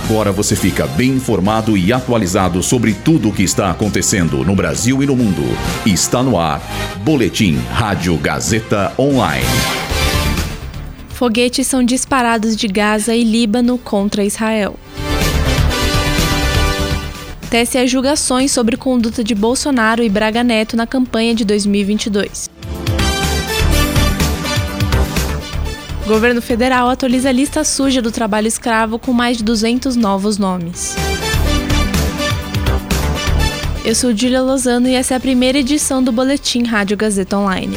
Agora você fica bem informado e atualizado sobre tudo o que está acontecendo no Brasil e no mundo. Está no ar, Boletim Rádio Gazeta Online. Foguetes são disparados de Gaza e Líbano contra Israel. TSE julga ações sobre conduta de Bolsonaro e Braga Neto na campanha de 2022. Governo federal atualiza a lista suja do trabalho escravo com mais de 200 novos nomes. Eu sou Júlia Lozano e essa é a primeira edição do Boletim Rádio Gazeta Online.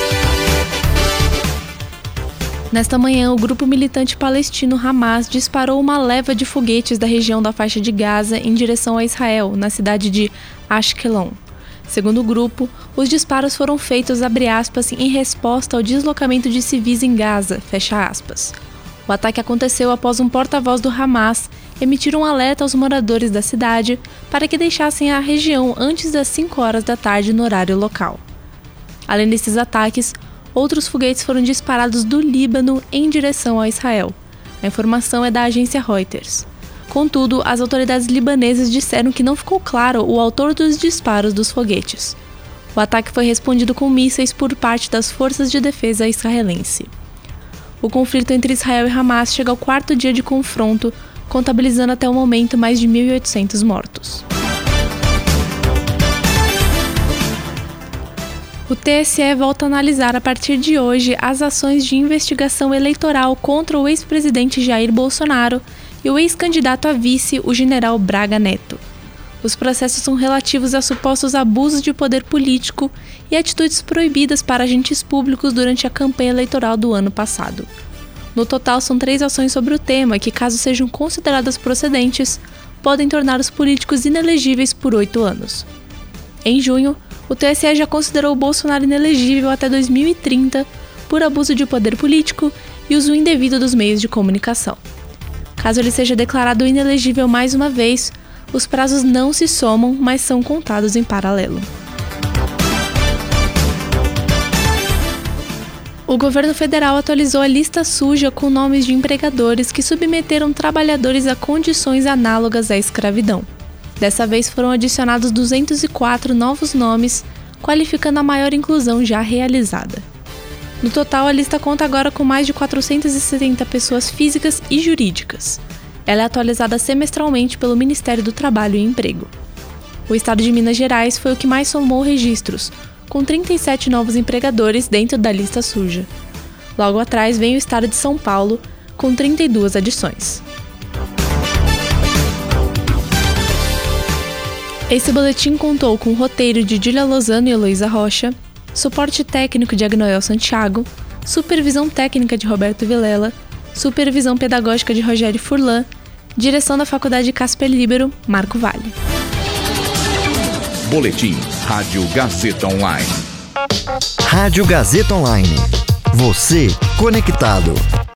Nesta manhã, o grupo militante palestino Hamas disparou uma leva de foguetes da região da faixa de Gaza em direção a Israel, na cidade de Ashkelon. Segundo o grupo, os disparos foram feitos, abre aspas, em resposta ao deslocamento de civis em Gaza, fecha aspas. O ataque aconteceu após um porta-voz do Hamas emitir um alerta aos moradores da cidade para que deixassem a região antes das 5 horas da tarde no horário local. Além desses ataques, outros foguetes foram disparados do Líbano em direção a Israel. A informação é da agência Reuters. Contudo, as autoridades libanesas disseram que não ficou claro o autor dos disparos dos foguetes. O ataque foi respondido com mísseis por parte das forças de defesa israelense. O conflito entre Israel e Hamas chega ao 4º dia de confronto, contabilizando até o momento mais de 1.800 mortos. O TSE volta a analisar a partir de hoje as ações de investigação eleitoral contra o ex-presidente Jair Bolsonaro e o ex-candidato a vice, o general Braga Neto. Os processos são relativos a supostos abusos de poder político e atitudes proibidas para agentes públicos durante a campanha eleitoral do ano passado. No total, são 3 ações sobre o tema que, caso sejam consideradas procedentes, podem tornar os políticos inelegíveis por 8 anos. Em junho, o TSE já considerou Bolsonaro inelegível até 2030 por abuso de poder político e uso indevido dos meios de comunicação. Caso ele seja declarado inelegível mais uma vez, os prazos não se somam, mas são contados em paralelo. O governo federal atualizou a lista suja com nomes de empregadores que submeteram trabalhadores a condições análogas à escravidão. Dessa vez foram adicionados 204 novos nomes, qualificando a maior inclusão já realizada. No total, a lista conta agora com mais de 470 pessoas físicas e jurídicas. Ela é atualizada semestralmente pelo Ministério do Trabalho e Emprego. O estado de Minas Gerais foi o que mais somou registros, com 37 novos empregadores dentro da lista suja. Logo atrás vem o estado de São Paulo, com 32 adições. Esse boletim contou com o roteiro de Júlia Lozano e Heloísa Rocha, suporte técnico de Agnoel Santiago, supervisão técnica de Roberto Vilela, supervisão pedagógica de Rogério Furlan, direção da Faculdade Casper Líbero, Marco Vale. Boletim Rádio Gazeta Online. Rádio Gazeta Online. Você conectado.